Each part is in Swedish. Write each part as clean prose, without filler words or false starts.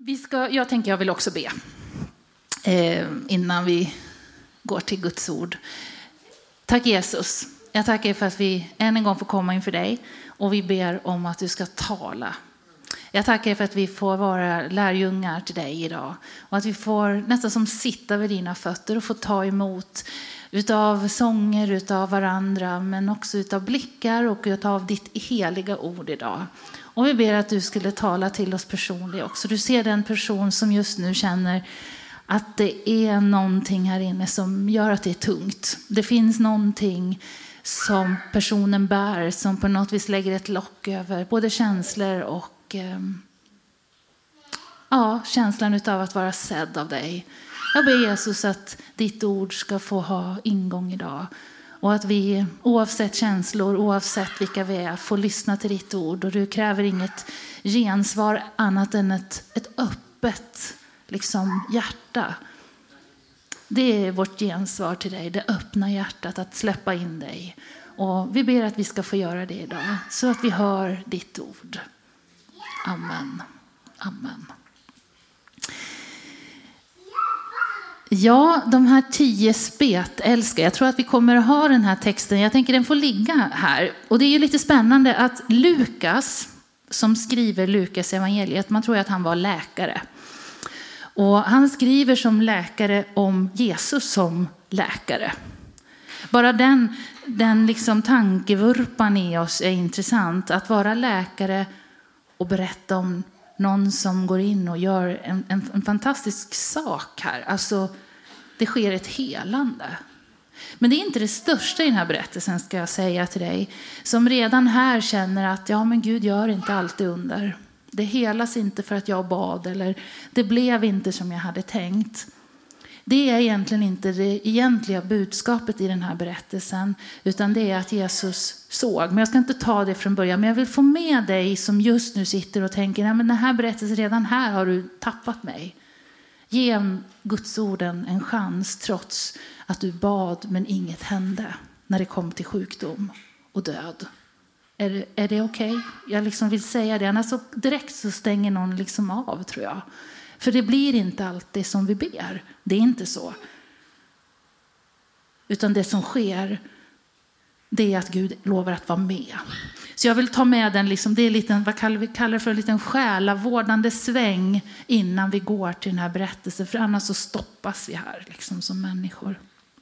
Jag vill också be innan vi går till Guds ord. Tack Jesus. Jag tackar för att vi än en gång får komma inför dig och vi ber om att du ska tala. Jag tackar för att vi får vara lärjungar till dig idag och att vi får nästan som sitta vid dina fötter och få ta emot utav sånger, utav varandra, men också utav blickar och utav ditt heliga ord idag. Och vi ber att du skulle tala till oss personligen också. Du ser den person som just nu känner att det är någonting här inne som gör att det är tungt. Det finns någonting som personen bär som på något vis lägger ett lock över både känslor och känslan utav att vara sedd av dig. Jag ber Jesus att ditt ord ska få ha ingång idag. Och att vi oavsett känslor, oavsett vilka vi är, får lyssna till ditt ord. Och du kräver inget gensvar annat än ett öppet hjärta. Det är vårt gensvar till dig, det öppna hjärtat att släppa in dig. Och vi ber att vi ska få göra det idag så att vi hör ditt ord. Amen. Amen. Ja, de här 10 spetälskare. Jag tror att vi kommer att ha den här texten. Jag tänker den får ligga här. Och det är ju lite spännande att Lukas, som skriver Lukas evangeliet, man tror att han var läkare. Och han skriver som läkare om Jesus som läkare. Bara den tankevurpan i oss är intressant. Att vara läkare och berätta om någon som går in och gör en fantastisk sak här. Alltså, det sker ett helande. Men det är inte det största i den här berättelsen, ska jag säga till dig. Som redan här känner att men Gud gör inte alltid under. Det helas inte för att jag bad eller det blev inte som jag hade tänkt. Det är egentligen inte det egentliga budskapet i den här berättelsen. Utan det är att Jesus såg. Men jag ska inte ta det från början. Men jag vill få med dig som just nu sitter och tänker. Men den här berättelsen, redan här har du tappat mig. Ge Guds orden en chans trots att du bad men inget hände. När det kom till sjukdom och död. Är det okej? Jag vill säga det. Annars så direkt så stänger någon av, tror jag. För det blir inte alltid som vi ber. Det är inte så. Utan det som sker, det är att Gud lovar att vara med. Så jag vill ta med den, det är lite, vad kallar vi kallar för en liten själavårdande sväng innan vi går till den här berättelsen. För annars så stoppas vi här som människor.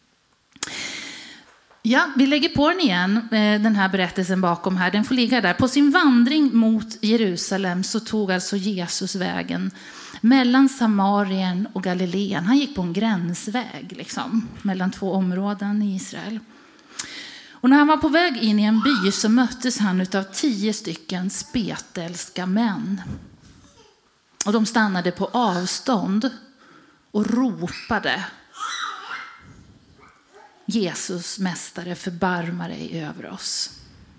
Ja, vi lägger på den igen, den här berättelsen bakom här. Den får ligga där. På sin vandring mot Jerusalem så tog alltså Jesus vägen mellan Samarien och Galileen. Han gick på en gränsväg mellan 2 områden i Israel. Och när han var på väg in i en by så möttes han av 10 stycken spetälska män. Och de stannade på avstånd och ropade: Jesus, mästare, förbarma dig över oss.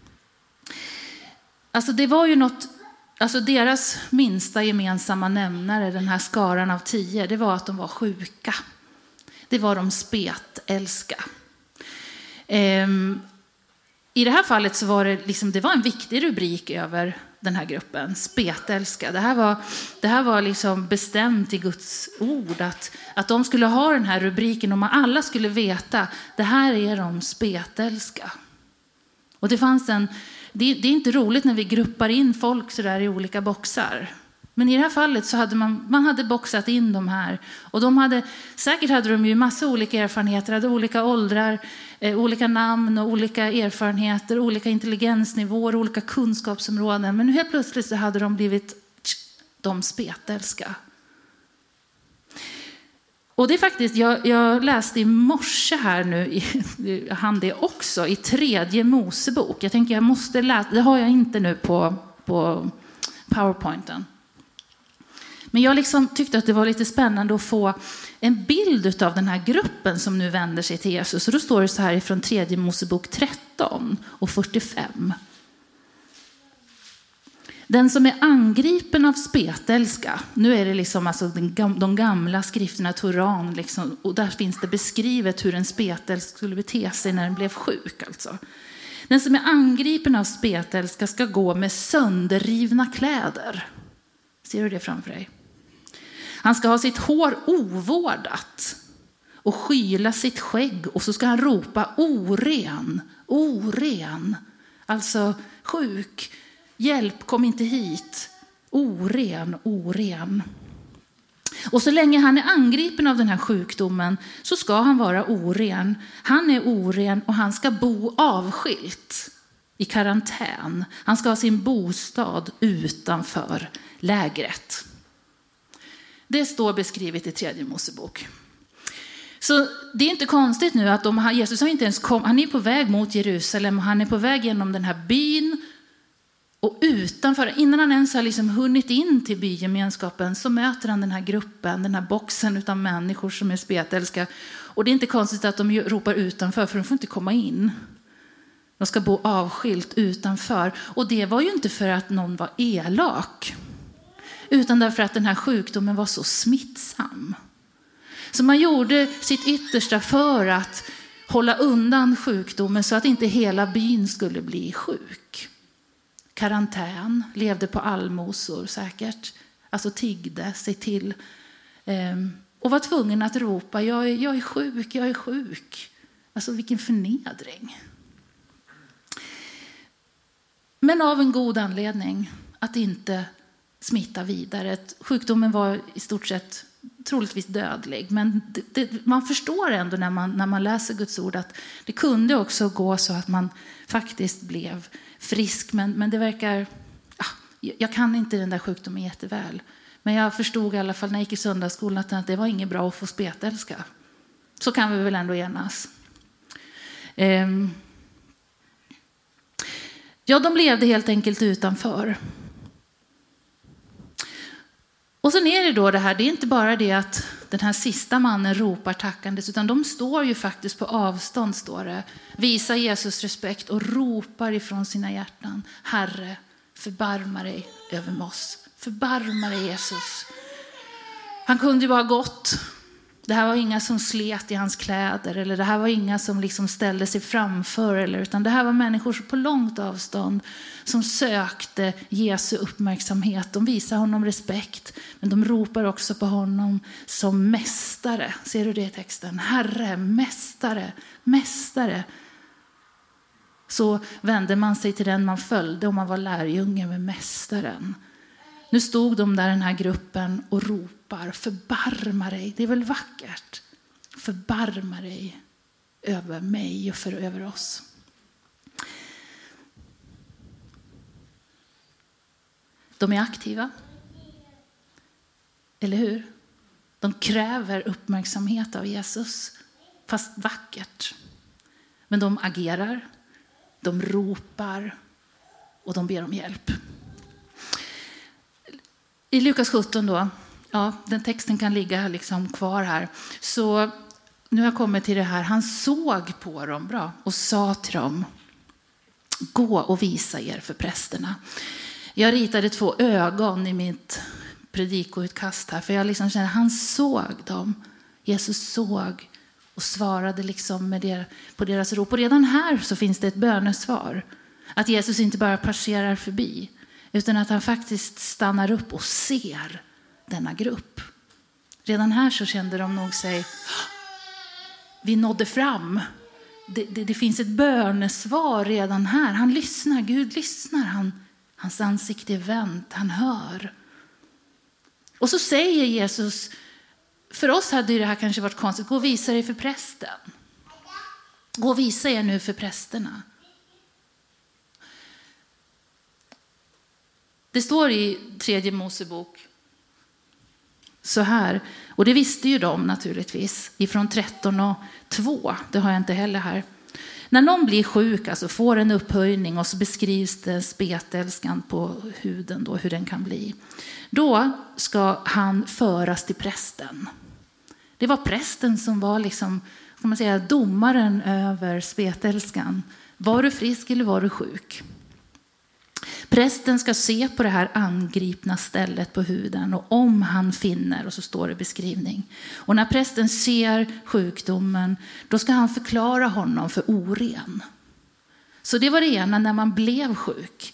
Alltså det var ju något, deras minsta gemensamma nämnare, den här skaran av 10, det var att de var sjuka. Det var de spetälska. I det här fallet så var det var en viktig rubrik över den här gruppen, spetälska. Det här var bestämt i Guds ord att de skulle ha den här rubriken och man alla skulle veta, det här är de spetälska. Och det fanns det är inte roligt när vi gruppar in folk så där i olika boxar. Men i det här fallet så hade man hade boxat in de här. Och säkert hade de ju massa olika erfarenheter, hade olika åldrar, olika namn och olika erfarenheter, olika intelligensnivåer, olika kunskapsområden. Men helt plötsligt så hade de blivit de spetälska. Och det är faktiskt, jag läste i morse här nu, jag hann det också, i 3:e Mosebok. Jag tänker jag måste läsa, det har jag inte nu på PowerPointen. Men jag tyckte att det var lite spännande att få en bild av den här gruppen som nu vänder sig till Jesus. Och då står det så här ifrån 3:e Mosebok 13 och 45. Den som är angripen av spetälska, nu är det de gamla skrifterna, Toran, och där finns det beskrivet hur en spetälsk skulle bete sig när den blev sjuk. Alltså. Den som är angripen av spetälska ska gå med sönderrivna kläder. Ser du det framför dig? Han ska ha sitt hår ovårdat och skyla sitt skägg, och så ska han ropa oren, oren. Alltså sjuk, hjälp, kom inte hit. Oren, oren. Och så länge han är angripen av den här sjukdomen så ska han vara oren. Han är oren och han ska bo avskilt i karantän. Han ska ha sin bostad utanför lägret. Det står beskrivet i 3:e Mosebok. Så det är inte konstigt nu att Jesus har inte ens han är på väg mot Jerusalem och han är på väg genom den här byn. Och utanför, innan han ens har liksom hunnit in till bygemenskapen, så möter han den här gruppen, den här boxen utav människor som är spetälska. Och det är inte konstigt att de ropar utanför, för de får inte komma in. De ska bo avskilt utanför. Och det var ju inte för att någon var elak, utan därför att den här sjukdomen var så smittsam. Så man gjorde sitt yttersta för att hålla undan sjukdomen så att inte hela byn skulle bli sjuk. Karantän, levde på allmosor säkert. Alltså tiggde sig till. Och var tvungen att ropa, jag är sjuk, jag är sjuk. Alltså vilken förnedring. Men av en god anledning, att inte smitta vidare. Sjukdomen var i stort sett troligtvis dödlig. Men man förstår ändå när man läser Guds ord att det kunde också gå så att man faktiskt blev frisk. Men det verkar... Jag kan inte den där sjukdomen jätteväl. Men jag förstod i alla fall när jag gick i söndagsskolan att det var inget bra att få spetälska. Så kan vi väl ändå enas. Ja, de levde helt enkelt utanför. Och sen är det då det här, det är inte bara det att den här sista mannen ropar tackandes, utan de står ju faktiskt på avstånd, står det. Visar Jesus respekt och ropar ifrån sina hjärtan. Herre, förbarma dig över oss. Förbarma dig, Jesus. Han kunde ju bara gått. Det här var inga som slet i hans kläder, eller det här var inga som liksom ställde sig framför, utan det här var människor på långt avstånd som sökte Jesu uppmärksamhet. De visar honom respekt, men de ropar också på honom som mästare. Ser du det i texten? Herre, mästare, mästare. Så vände man sig till den man följde om man var lärjunge med mästaren. Nu stod de där, den här gruppen, och ropar, förbarma dig. Det är väl vackert? Förbarma dig över mig och över oss. De är aktiva. Eller hur? De kräver uppmärksamhet av Jesus. Fast vackert. Men de agerar. De ropar. Och de ber om hjälp. I Lukas 17 då, ja, den texten kan ligga liksom kvar här. Så nu har jag kommit till det här. Han såg på dem bra och sa till dem, gå och visa er för prästerna. Jag ritade 2 ögon i mitt predikoutkast här, för jag liksom känner, han såg dem. Jesus såg och svarade liksom på deras rop. Och redan här så finns det ett bönesvar. Att Jesus inte bara passerar förbi, utan att han faktiskt stannar upp och ser denna grupp. Redan här så kände de nog sig, vi nådde fram. Det finns ett bönesvar redan här. Han lyssnar, Gud lyssnar. Hans ansikte är vänt, han hör. Och så säger Jesus, för oss hade det här kanske varit konstigt, gå och visa er för prästen. Gå och visa er nu för prästerna. Det står i 3:e Mosebok så här, och det visste ju de naturligtvis, ifrån 13:2, det har jag inte heller här. När någon blir sjuk, alltså får en upphöjning, och så beskrivs det spetälskan på huden då, hur den kan bli. Då ska han föras till prästen. Det var prästen som var liksom, kan man säga, domaren över spetälskan. Var du frisk eller var du sjuk? Prästen ska se på det här angripna stället på huden, och om han finner, och så står det beskrivning. Och när prästen ser sjukdomen, då ska han förklara honom för oren. Så det var det ena när man blev sjuk.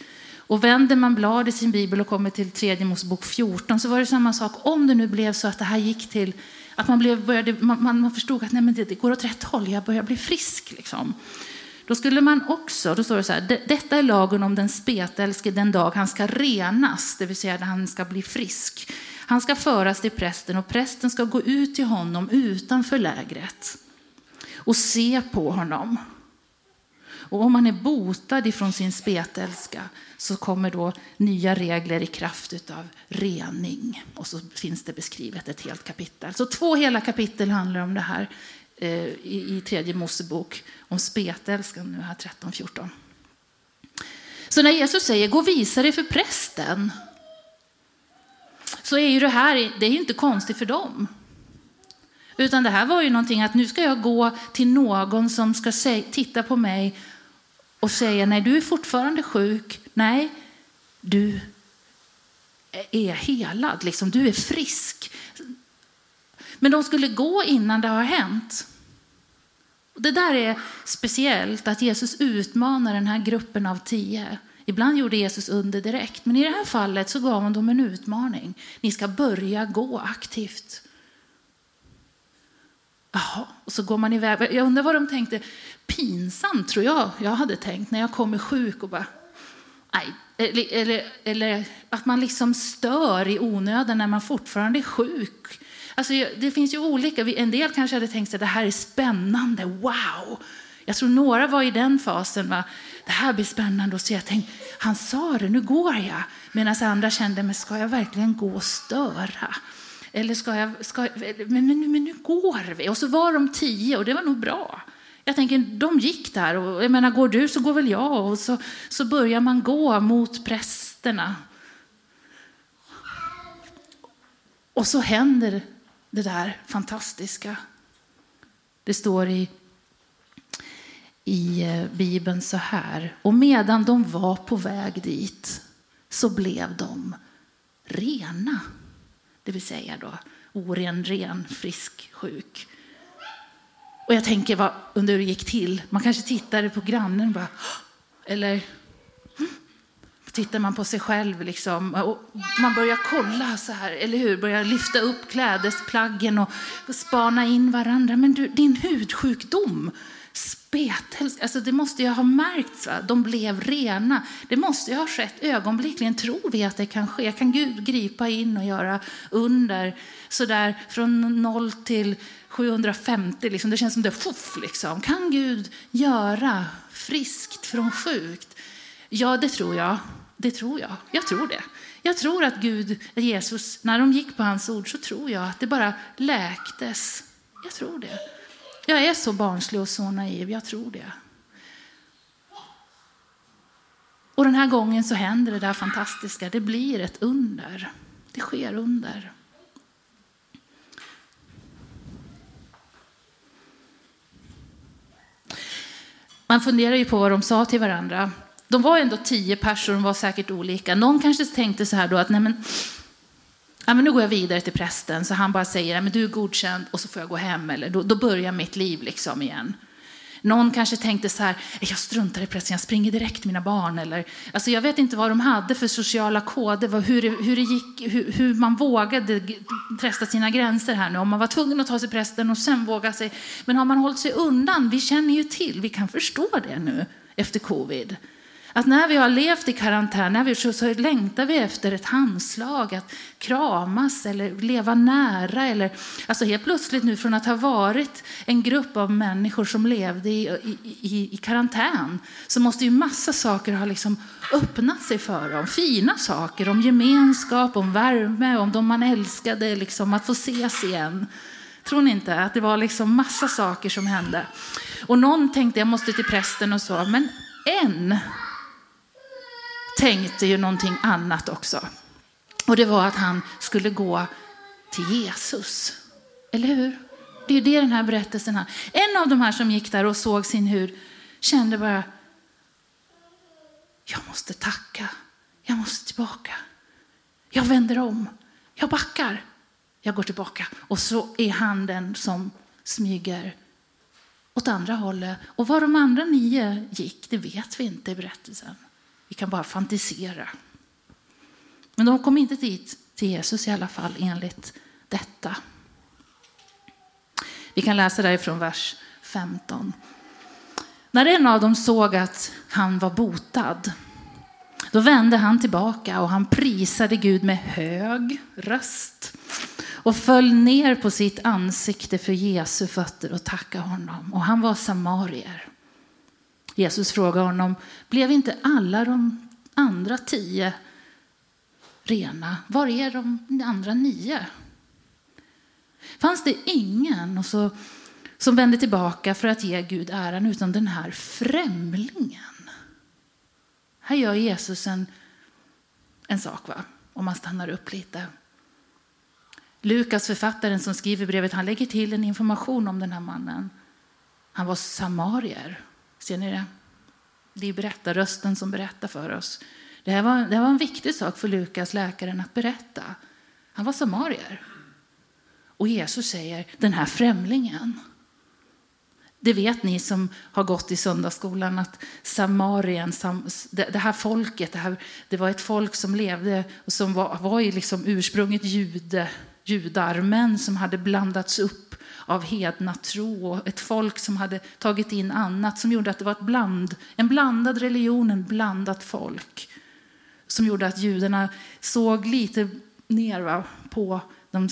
Och vänder man blad i sin bibel och kommer till 3 Mosebok 14 så var det samma sak. Om det nu blev så att det här gick till att man förstod att nej, men det går åt rätt håll, jag börjar bli frisk liksom. Då skulle man också, då står det så här, detta är lagen om den spetälske den dag han ska renas, det vill säga att han ska bli frisk. Han ska föras till prästen och prästen ska gå ut till honom utanför lägret och se på honom. Och om man är botad ifrån sin spetälska så kommer då nya regler i kraft utav rening. Och så finns det beskrivet ett helt kapitel. Så 2 hela kapitel handlar om det här i 3 Mosebok. Om spetälskan nu här 13-14. Så när Jesus säger gå och visa dig för prästen. Så är ju det är ju inte konstigt för dem. Utan det här var ju någonting att nu ska jag gå till någon som ska titta på mig och säga nej, du är fortfarande sjuk. Nej, du är helad. Liksom, du är frisk. Men de skulle gå innan det har hänt. Och det där är speciellt att Jesus utmanar den här gruppen av 10. Ibland gjorde Jesus under direkt. Men i det här fallet så gav han dem en utmaning. Ni ska börja gå aktivt. Jaha, och så går man iväg. Jag undrar vad de tänkte. Pinsamt tror jag hade tänkt när jag kommer sjuk och bara nej. Eller att man liksom stör i onödan när man fortfarande är sjuk. Alltså det finns ju olika. En del kanske hade tänkt sig det här är spännande. Wow. Jag tror några var i den fasen. Va? Det här blir spännande att se. Jag tänkte, han sa det, nu går jag. Medan andra kände, men ska jag verkligen gå och störa? Eller men nu går vi. Och så var de 10 och det var nog bra. Jag tänker, de gick där. Och jag menar, går du så går väl jag. Och så börjar man gå mot prästerna. Och så händer det där fantastiska. Det står i Bibeln så här. Och medan de var på väg dit så blev de rena. Det vill säga då oren, ren, frisk, sjuk. Och jag tänker vad under det gick till. Man kanske tittade på grannen bara. Eller tittar man på sig själv liksom. Och man börjar kolla så här, eller hur? Börjar lyfta upp klädesplaggen och spana in varandra. Men du, din hudsjukdom, spetälsk, alltså det måste jag ha märkt. Va? De blev rena. Det måste ju ha skett ögonblickligen. Tror vi att det kan ske? Kan Gud gripa in och göra under så där från 0 till 750? Liksom. Det känns som det fuff liksom. Kan Gud göra friskt från sjukt? Ja, det tror jag. Det tror jag. Jag tror det. Jag tror att Gud, Jesus, när de gick på hans ord så tror jag att det bara läktes. Jag tror det. Jag är så barnslig och så naiv. Jag tror det. Och den här gången så händer det där fantastiska. Det blir ett under. Det sker under. Man funderar ju på vad de sa till varandra. De var ändå 10 personer, de var säkert olika. Någon kanske tänkte så här då att nej men nu går jag vidare till prästen. Så han bara säger, men du är godkänd och så får jag gå hem. Eller då börjar mitt liv liksom igen. Någon kanske tänkte så här, jag struntar i prästen, jag springer direkt till mina barn. Eller, alltså jag vet inte vad de hade för sociala koder. Hur det gick, hur man vågade testa sina gränser här nu. Om man var tvungen att ta sig prästen och sen våga sig. Men har man hållit sig undan, vi känner ju till, vi kan förstå det nu efter covid. Att när vi har levt i karantän, så längtar vi efter ett handslag, att kramas eller leva nära. Eller, alltså helt plötsligt nu från att ha varit en grupp av människor som levde i karantän så måste ju massa saker ha liksom öppnat sig för dem. Fina saker om gemenskap, om värme, om de man älskade, liksom, att få ses igen. Tror ni inte att det var liksom massa saker som hände? Och någon tänkte jag måste till prästen och så, men en tänkte ju någonting annat också. Och det var att han skulle gå till Jesus. Eller hur? Det är ju det den här berättelsen har. En av de här som gick där och såg sin hud kände bara, jag måste tacka. Jag måste tillbaka. Jag vänder om. Jag backar. Jag går tillbaka. Och så är han den som smyger åt andra hållet. Och var de andra 9 gick, det vet vi inte i berättelsen. Vi kan bara fantisera. Men de kom inte dit till Jesus i alla fall enligt detta. Vi kan läsa därifrån vers 15. När en av dem såg att han var botad, då vände han tillbaka och han prisade Gud med hög röst och föll ner på sitt ansikte för Jesu fötter och tackade honom. Och han var samarier. Jesus frågade honom, blev inte alla de andra 10 rena? Var är de andra 9? Fanns det ingen som vände tillbaka för att ge Gud äran utan den här främlingen? Här gör Jesus en sak, va? Om man stannar upp lite. Lukas, författaren som skriver brevet, han lägger till en information om den här mannen. Han var samarier. Ser ni det? Det är berättarrösten som berättar för oss. Det här var en viktig sak för Lukas, läkaren, att berätta. Han var samarier. Och Jesus säger, den här främlingen. Det vet ni som har gått i söndagsskolan, att Samarien, det här folket, det var ett folk som levde och som var ju liksom ursprunget judar, men som hade blandats upp av hedna tro, och ett folk som hade tagit in annat, som gjorde att det var en blandad religion, en blandat folk, som gjorde att judarna såg lite ner på de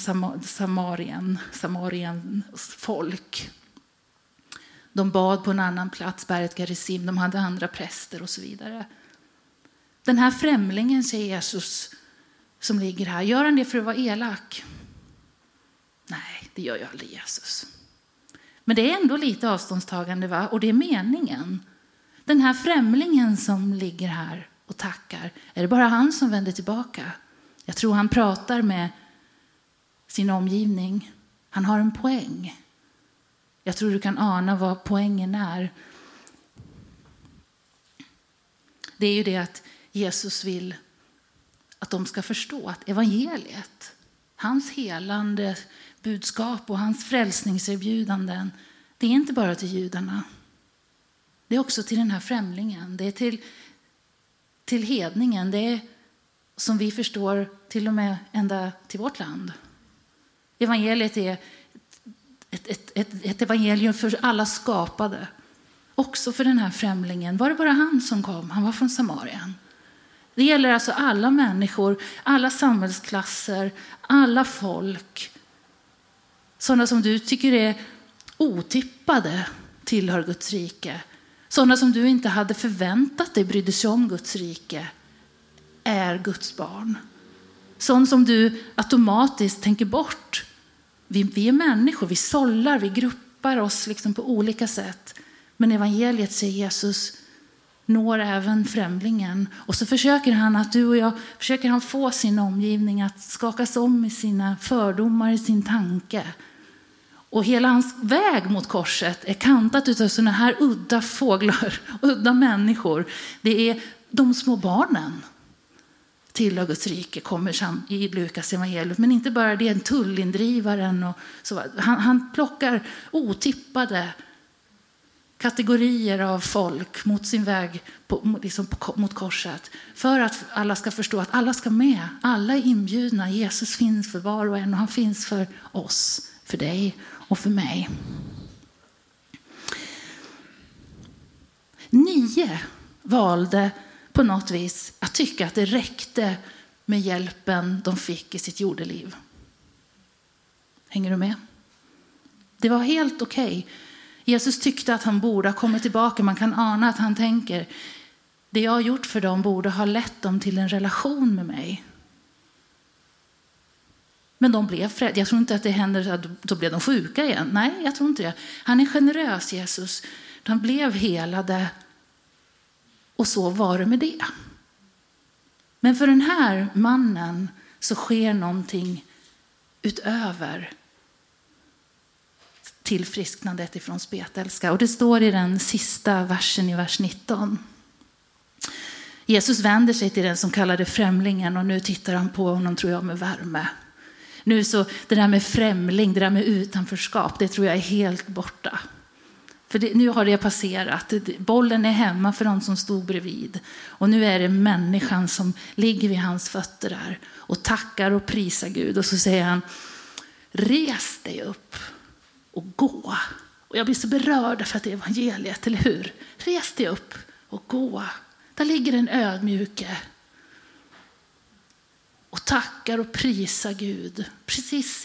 Samariens folk. De bad på en annan plats, berget Gerizim, de hade andra präster och så vidare. Den här främlingen, säger Jesus, som ligger här, gör han det för att vara elak? Nej, det gör ju aldrig Jesus. Men det är ändå lite avståndstagande, va? Och det är meningen. Den här främlingen som ligger här och tackar, är det bara han som vänder tillbaka? Jag tror han pratar med sin omgivning. Han har en poäng. Jag tror du kan ana vad poängen är. Det är ju det att Jesus vill att de ska förstå att evangeliet, hans helande budskap och hans frälsningserbjudanden, det är inte bara till judarna. Det är också till den här främlingen. Det är till hedningen. Det är, som vi förstår, till och med ända till vårt land. Evangeliet är ett evangelium för alla skapade. Också för den här främlingen. Var det bara han som kom? Han var från Samarien. Det gäller alltså alla människor, alla samhällsklasser, alla folk. Sådana som du tycker är otippade tillhör Guds rike. Sådana som du inte hade förväntat dig brydde sig om Guds rike är Guds barn. Sådana som du automatiskt tänker bort. Vi är människor, vi sållar, vi gruppar oss liksom på olika sätt. Men evangeliet, säger Jesus, når även främlingen. Och så försöker han att du och jag, försöker han få sin omgivning att skakas om i sina fördomar, i sin tanke. Och hela hans väg mot korset är kantat av sådana här udda fåglar, udda människor. Det är de små barnen till Guds rike kommer i Lukas evangelium. Men inte bara det, en tullindrivaren. Och så. Han plockar otippade kategorier av folk mot sin väg mot korset. För att alla ska förstå att alla ska med. Alla är inbjudna. Jesus finns för var och en och han finns för oss, för dig och för mig. 9 valde på något vis att tycka att det räckte med hjälpen de fick i sitt jordeliv. Hänger du med? Det var helt okej. Jesus tyckte att han borde ha kommit tillbaka. Man kan ana att han tänker, det jag har gjort för dem borde ha lett dem till en relation med mig. Men de blev fred. Jag tror inte att det händer att då blev de sjuka igen. Nej, jag tror inte det. Han är generös, Jesus. De blev helade. Och så var det med det. Men för den här mannen så sker någonting utöver tillfrisknandet ifrån spetälska. Och det står i den sista versen i vers 19. Jesus vänder sig till den som kallade främlingen och nu tittar han på honom, tror jag, med värme. Nu så, det där med främling, det där med utanförskap, det tror jag är helt borta. För nu har det passerat. Bollen är hemma för de som stod bredvid. Och nu är det människan som ligger vid hans fötter där. Och tackar och prisar Gud. Och så säger han, res dig upp och gå. Och jag blir så berörd för att det är evangeliet, eller hur? Res dig upp och gå. Där ligger en ödmjuke. Och tackar och prisar Gud. Precis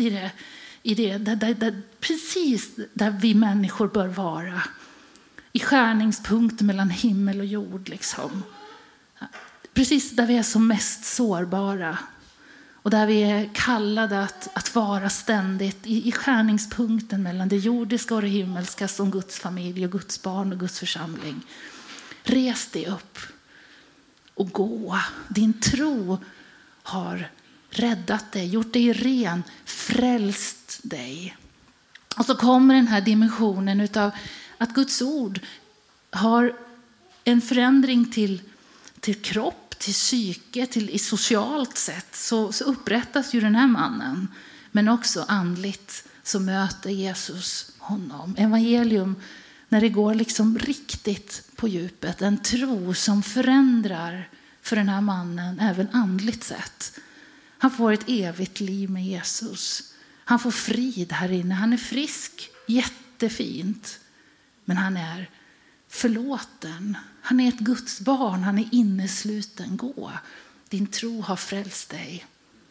precis där vi människor bör vara. I skärningspunkten mellan himmel och jord. Liksom. Precis där vi är som mest sårbara. Och där vi är kallade att vara ständigt i skärningspunkten mellan det jordiska och det himmelska som Guds familj och Guds barn och Guds församling. Res dig upp och gå. Din tro har räddat dig, gjort dig ren, frälst dig. Och så kommer den här dimensionen utav att Guds ord har en förändring till kropp, till psyke, i socialt sätt. Så upprättas ju den här mannen. Men också andligt så möter Jesus honom. Evangelium, när det går liksom riktigt på djupet. En tro som förändrar för den här mannen även andligt sett. Han får ett evigt liv med Jesus. Han får frid här inne. Han är frisk, jättefint. Men han är förlåten. Han är ett Guds barn. Han är innesluten. Gå. Din tro har frälst dig.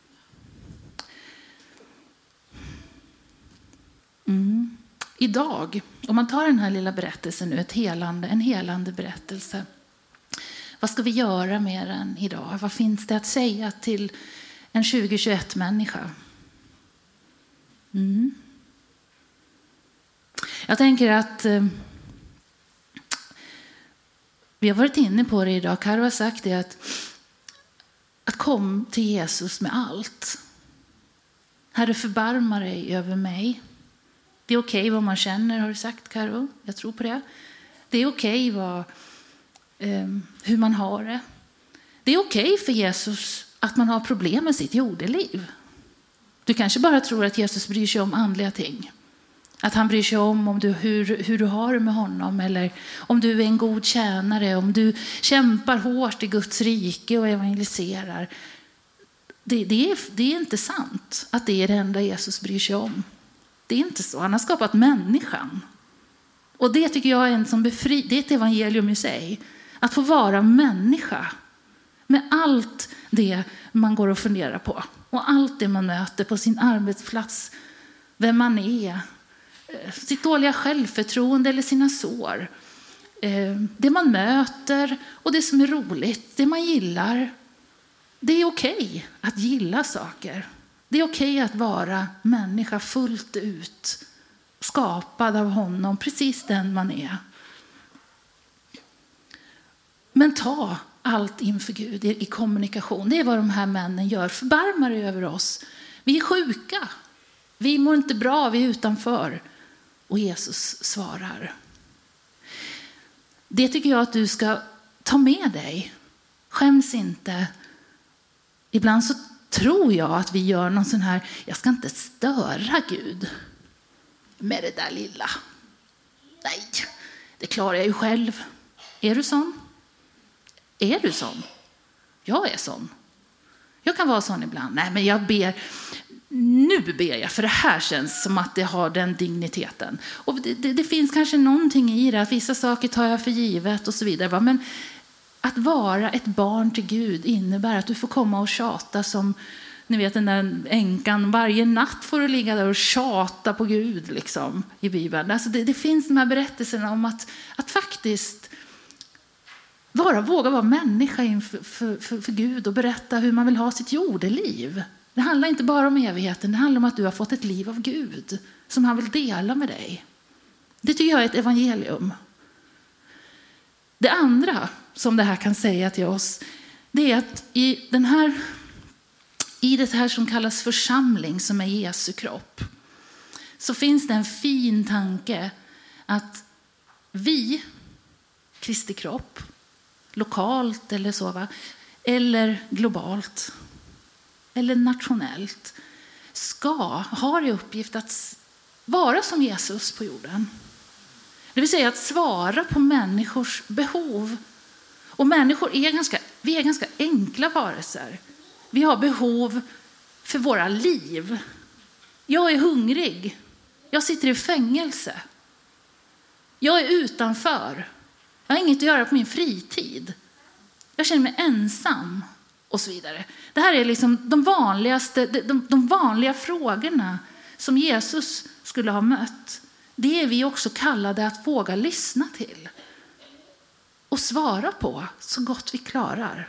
Idag, om man tar den här lilla berättelsen nu, en helande berättelse. Vad ska vi göra med den idag? Vad finns det att säga till en 2021-människa? Jag tänker att vi har varit inne på det idag. Karo har sagt det att kom till Jesus med allt. Herre, förbarma dig över mig. Det är okej vad man känner, har du sagt, Karo. Jag tror på det. Det är okej hur man har det. Det är okej för Jesus att man har problem med sitt jordeliv. Du kanske bara tror att Jesus bryr sig om andliga ting. Att han bryr sig om hur du har det med honom. Eller om du är en god tjänare. Om du kämpar hårt i Guds rike och evangeliserar. Det är inte sant att det är det enda Jesus bryr sig om. Det är inte så. Han har skapat människan. Och det tycker jag är det är ett evangelium i sig. Att få vara människa. Med allt det man går och funderar på. Och allt det man möter på sin arbetsplats. Vem man är. Sitt dåliga självförtroende eller sina sår. Det man möter och det som är roligt. Det man gillar. Det är okej att gilla saker. Det är okej att vara människa fullt ut. Skapad av honom. Precis den man är. Men ta allt inför Gud i kommunikation. Det är vad de här männen gör. Förbarmar dig över oss. Vi är sjuka. Vi mår inte bra. Vi är utanför. Och Jesus svarar. Det tycker jag att du ska ta med dig. Skäms inte. Ibland så tror jag att vi gör någon sån här. Jag ska inte störa Gud. Med det där lilla. Nej, det klarar jag ju själv. Är du sån? Är du sån? Jag är sån. Jag kan vara sån ibland. Nej, men nu ber jag för det här känns som att det har den digniteten. Och det finns kanske någonting i det. Att vissa saker tar jag för givet och så vidare. Men att vara ett barn till Gud innebär att du får komma och tjata som, ni vet den där änkan, varje natt får du ligga där och tjata på Gud liksom, i Bibeln. Alltså det finns de här berättelserna om att faktiskt våga vara människa inför Gud och berätta hur man vill ha sitt jordeliv. Det handlar inte bara om evigheten, det handlar om att du har fått ett liv av Gud som han vill dela med dig. Det tycker jag är ett evangelium. Det andra som det här kan säga till oss, det är att i det här som kallas församling, som är Jesu kropp, så finns det en fin tanke att vi, Kristi kropp, lokalt eller så, va? Eller globalt eller nationellt, har i uppgift att vara som Jesus på jorden. Det vill säga att svara på människors behov. Och människor är ganska enkla varelser. Vi har behov för våra liv. Jag är hungrig. Jag sitter i fängelse. Jag är utanför. Jag har inget att göra på min fritid. Jag känner mig ensam och så vidare. Det här är liksom de vanliga frågorna som Jesus skulle ha mött. Det är vi också kallade att våga lyssna till och svara på så gott vi klarar.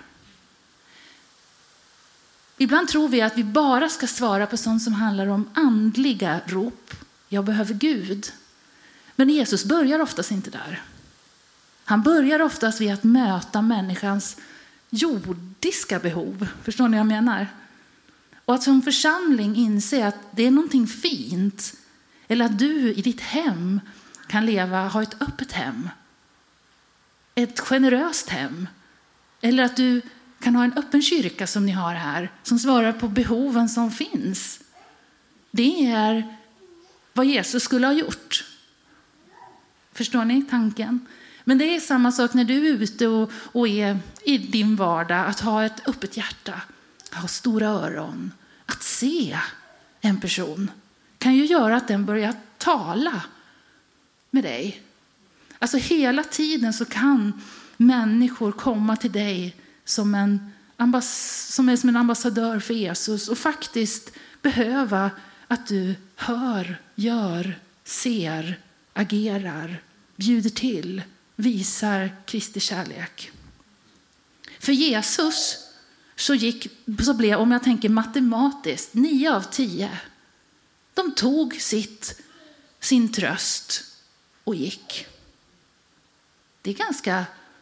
Ibland tror vi att vi bara ska svara på sånt som handlar om andliga rop. Jag behöver Gud. Men Jesus börjar oftast inte där. Han börjar oftast vid att möta människans jordiska behov. Förstår ni vad jag menar? Och att som församling inse att det är någonting fint. Eller att du i ditt hem kan ha ett öppet hem. Ett generöst hem. Eller att du kan ha en öppen kyrka som ni har här. Som svarar på behoven som finns. Det är vad Jesus skulle ha gjort. Förstår ni tanken? Men det är samma sak när du är ute och är i din vardag. Att ha ett öppet hjärta. Att ha stora öron. Att se en person kan ju göra att den börjar tala med dig. Alltså hela tiden så kan människor komma till dig som en ambassadör för Jesus. Och faktiskt behöva att du hör, gör, ser, agerar, bjuder till, visar Kristi kärlek. För Jesus så blev, om jag tänker matematiskt, 9 av 10. De tog sin tröst och gick. Det är ganska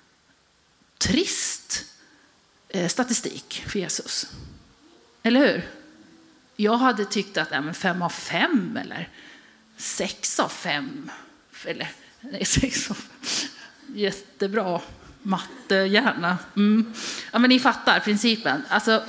trist statistik för Jesus. Eller hur? Jag hade tyckt att 5 av 5 eller 6 av 5 eller 6 av 5. Jättebra matte, gärna. Ja, men ni fattar principen. Alltså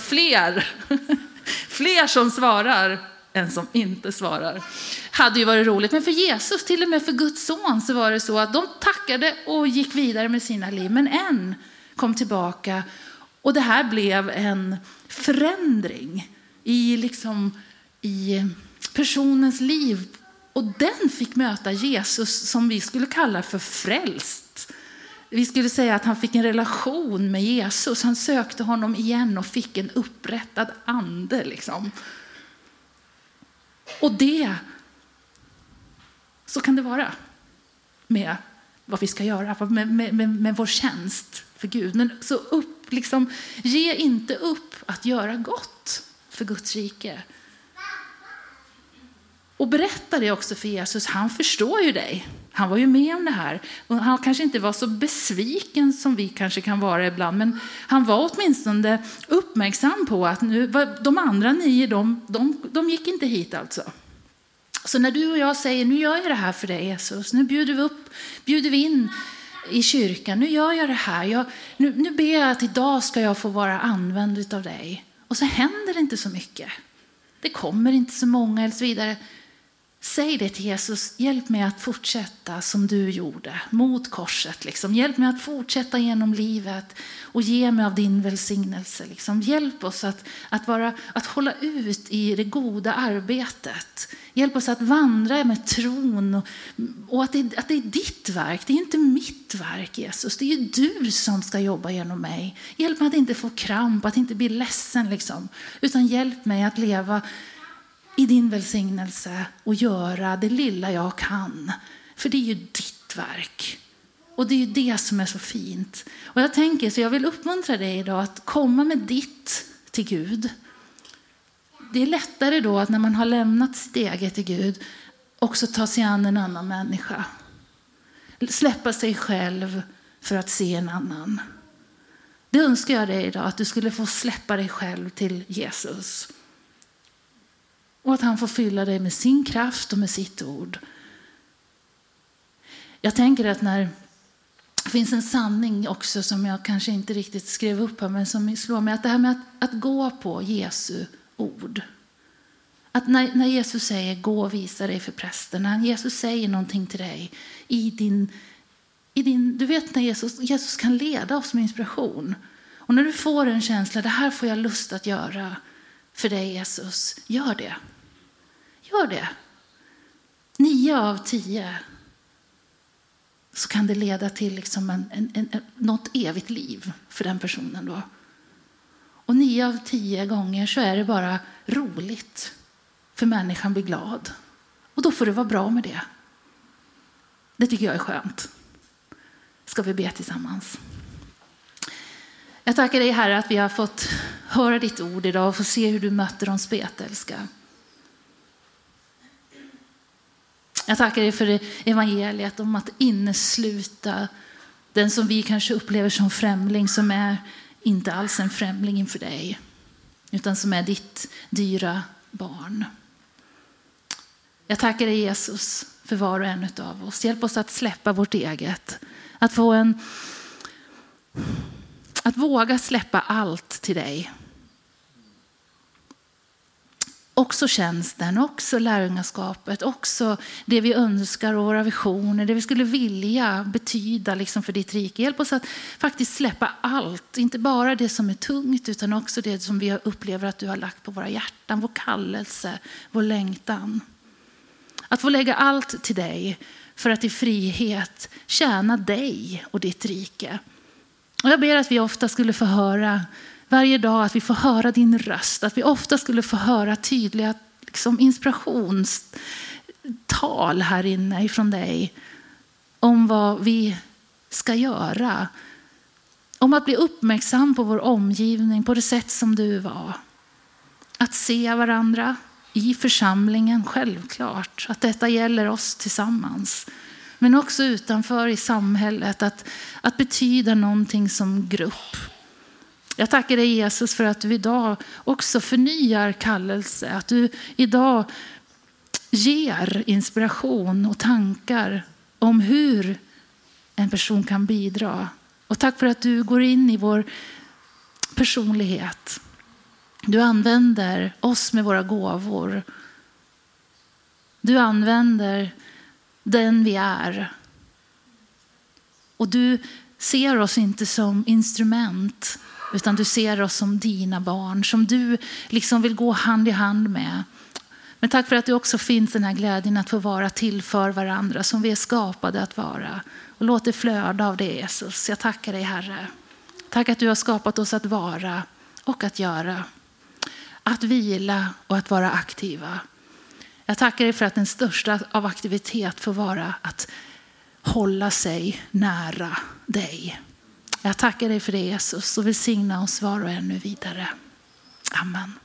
fler som svarar än som inte svarar. Hade ju varit roligt. Men för Jesus, till och med för Guds son, så var det så att de tackade och gick vidare med sina liv. Men en kom tillbaka. Och det här blev en förändring i personens liv. Och den fick möta Jesus som vi skulle kalla för frälst. Vi skulle säga att han fick en relation med Jesus. Han sökte honom igen och fick en upprättad ande. Liksom. Och så kan det vara med vad vi ska göra med vår tjänst för Gud. Men så ge inte upp att göra gott för Guds rike. Och berätta det också för Jesus. Han förstår ju dig. Han var ju med om det här. Och han kanske inte var så besviken som vi kanske kan vara ibland. Men han var åtminstone uppmärksam på att de andra 9, de gick inte hit alltså. Så när du och jag säger, nu gör jag det här för dig Jesus. Nu bjuder vi in i kyrkan. Nu gör jag det här. Nu ber jag att idag ska jag få vara använd av dig. Och så händer det inte så mycket. Det kommer inte så många eller så vidare. Säg det till Jesus, hjälp mig att fortsätta som du gjorde mot korset. Liksom. Hjälp mig att fortsätta genom livet och ge mig av din välsignelse. Liksom. Hjälp oss att hålla ut i det goda arbetet. Hjälp oss att vandra med tron och att det är ditt verk. Det är inte mitt verk, Jesus. Det är ju du som ska jobba genom mig. Hjälp mig att inte få kramp, att inte bli ledsen. Liksom. Utan hjälp mig att leva i din välsignelse och göra det lilla jag kan. För det är ju ditt verk. Och det är ju det som är så fint. Och jag vill uppmuntra dig idag att komma med ditt till Gud. Det är lättare då att när man har lämnat sitt eget till Gud också ta sig an en annan människa. Släppa sig själv för att se en annan. Det önskar jag dig idag, att du skulle få släppa dig själv till Jesus. Och att han får fylla dig med sin kraft och med sitt ord. Jag tänker att det finns en sanning också som jag kanske inte riktigt skrev upp här, men som slår mig. Att det här med att gå på Jesu ord. Att när Jesus säger gå och visa dig för prästen, när Jesus säger någonting till dig i din du vet när Jesus kan leda oss med inspiration. Och när du får en känsla, det här får jag lust att göra för dig Jesus, gör det. Gör det. 9 av 10 så kan det leda till liksom något evigt liv för den personen då. Och 9 av 10 gånger så är det bara roligt. För människan blir glad. Och då får det vara bra med det. Det tycker jag är skönt. Ska vi be tillsammans. Jag tackar dig Herre att vi har fått höra ditt ord idag och få se hur du möter de spetälska. Jag tackar dig för evangeliet om att innesluta den som vi kanske upplever som främling, som är inte alls en främling inför dig, utan som är ditt dyra barn. Jag tackar dig Jesus för var och en av oss. Hjälp oss att släppa vårt eget. Att våga släppa allt till dig. Också tjänsten, också lärjungaskapet, också det vi önskar och våra visioner, det vi skulle vilja betyda liksom för ditt rike. Hjälp oss att faktiskt släppa allt, inte bara det som är tungt utan också det som vi upplever att du har lagt på våra hjärtan, vår kallelse, vår längtan. Att få lägga allt till dig för att i frihet tjäna dig och ditt rike. Och jag ber att vi ofta skulle få höra varje dag, att vi får höra din röst. Att vi ofta skulle få höra tydliga liksom, inspirationstal här inne ifrån dig. Om vad vi ska göra. Om att bli uppmärksam på vår omgivning på det sätt som du var. Att se varandra i församlingen, självklart. Att detta gäller oss tillsammans. Men också utanför i samhället. Att betyda någonting som grupp. Jag tackar dig Jesus för att du idag också förnyar kallelse. Att du idag ger inspiration och tankar om hur en person kan bidra. Och tack för att du går in i vår personlighet. Du använder oss med våra gåvor. Du använder den vi är. Och du ser oss inte som instrument, utan du ser oss som dina barn, som du liksom vill gå hand i hand med. Men tack för att det också finns den här glädjen att få vara till för varandra, som vi är skapade att vara. Och låt det flöda av det Jesus. Jag tackar dig Herre. Tack att du har skapat oss att vara och att göra. Att vila och att vara aktiva. Jag tackar dig för att den största av aktivitet får vara att hålla sig nära dig. Jag tackar dig för det Jesus och välsigna oss var och en nu vidare. Amen.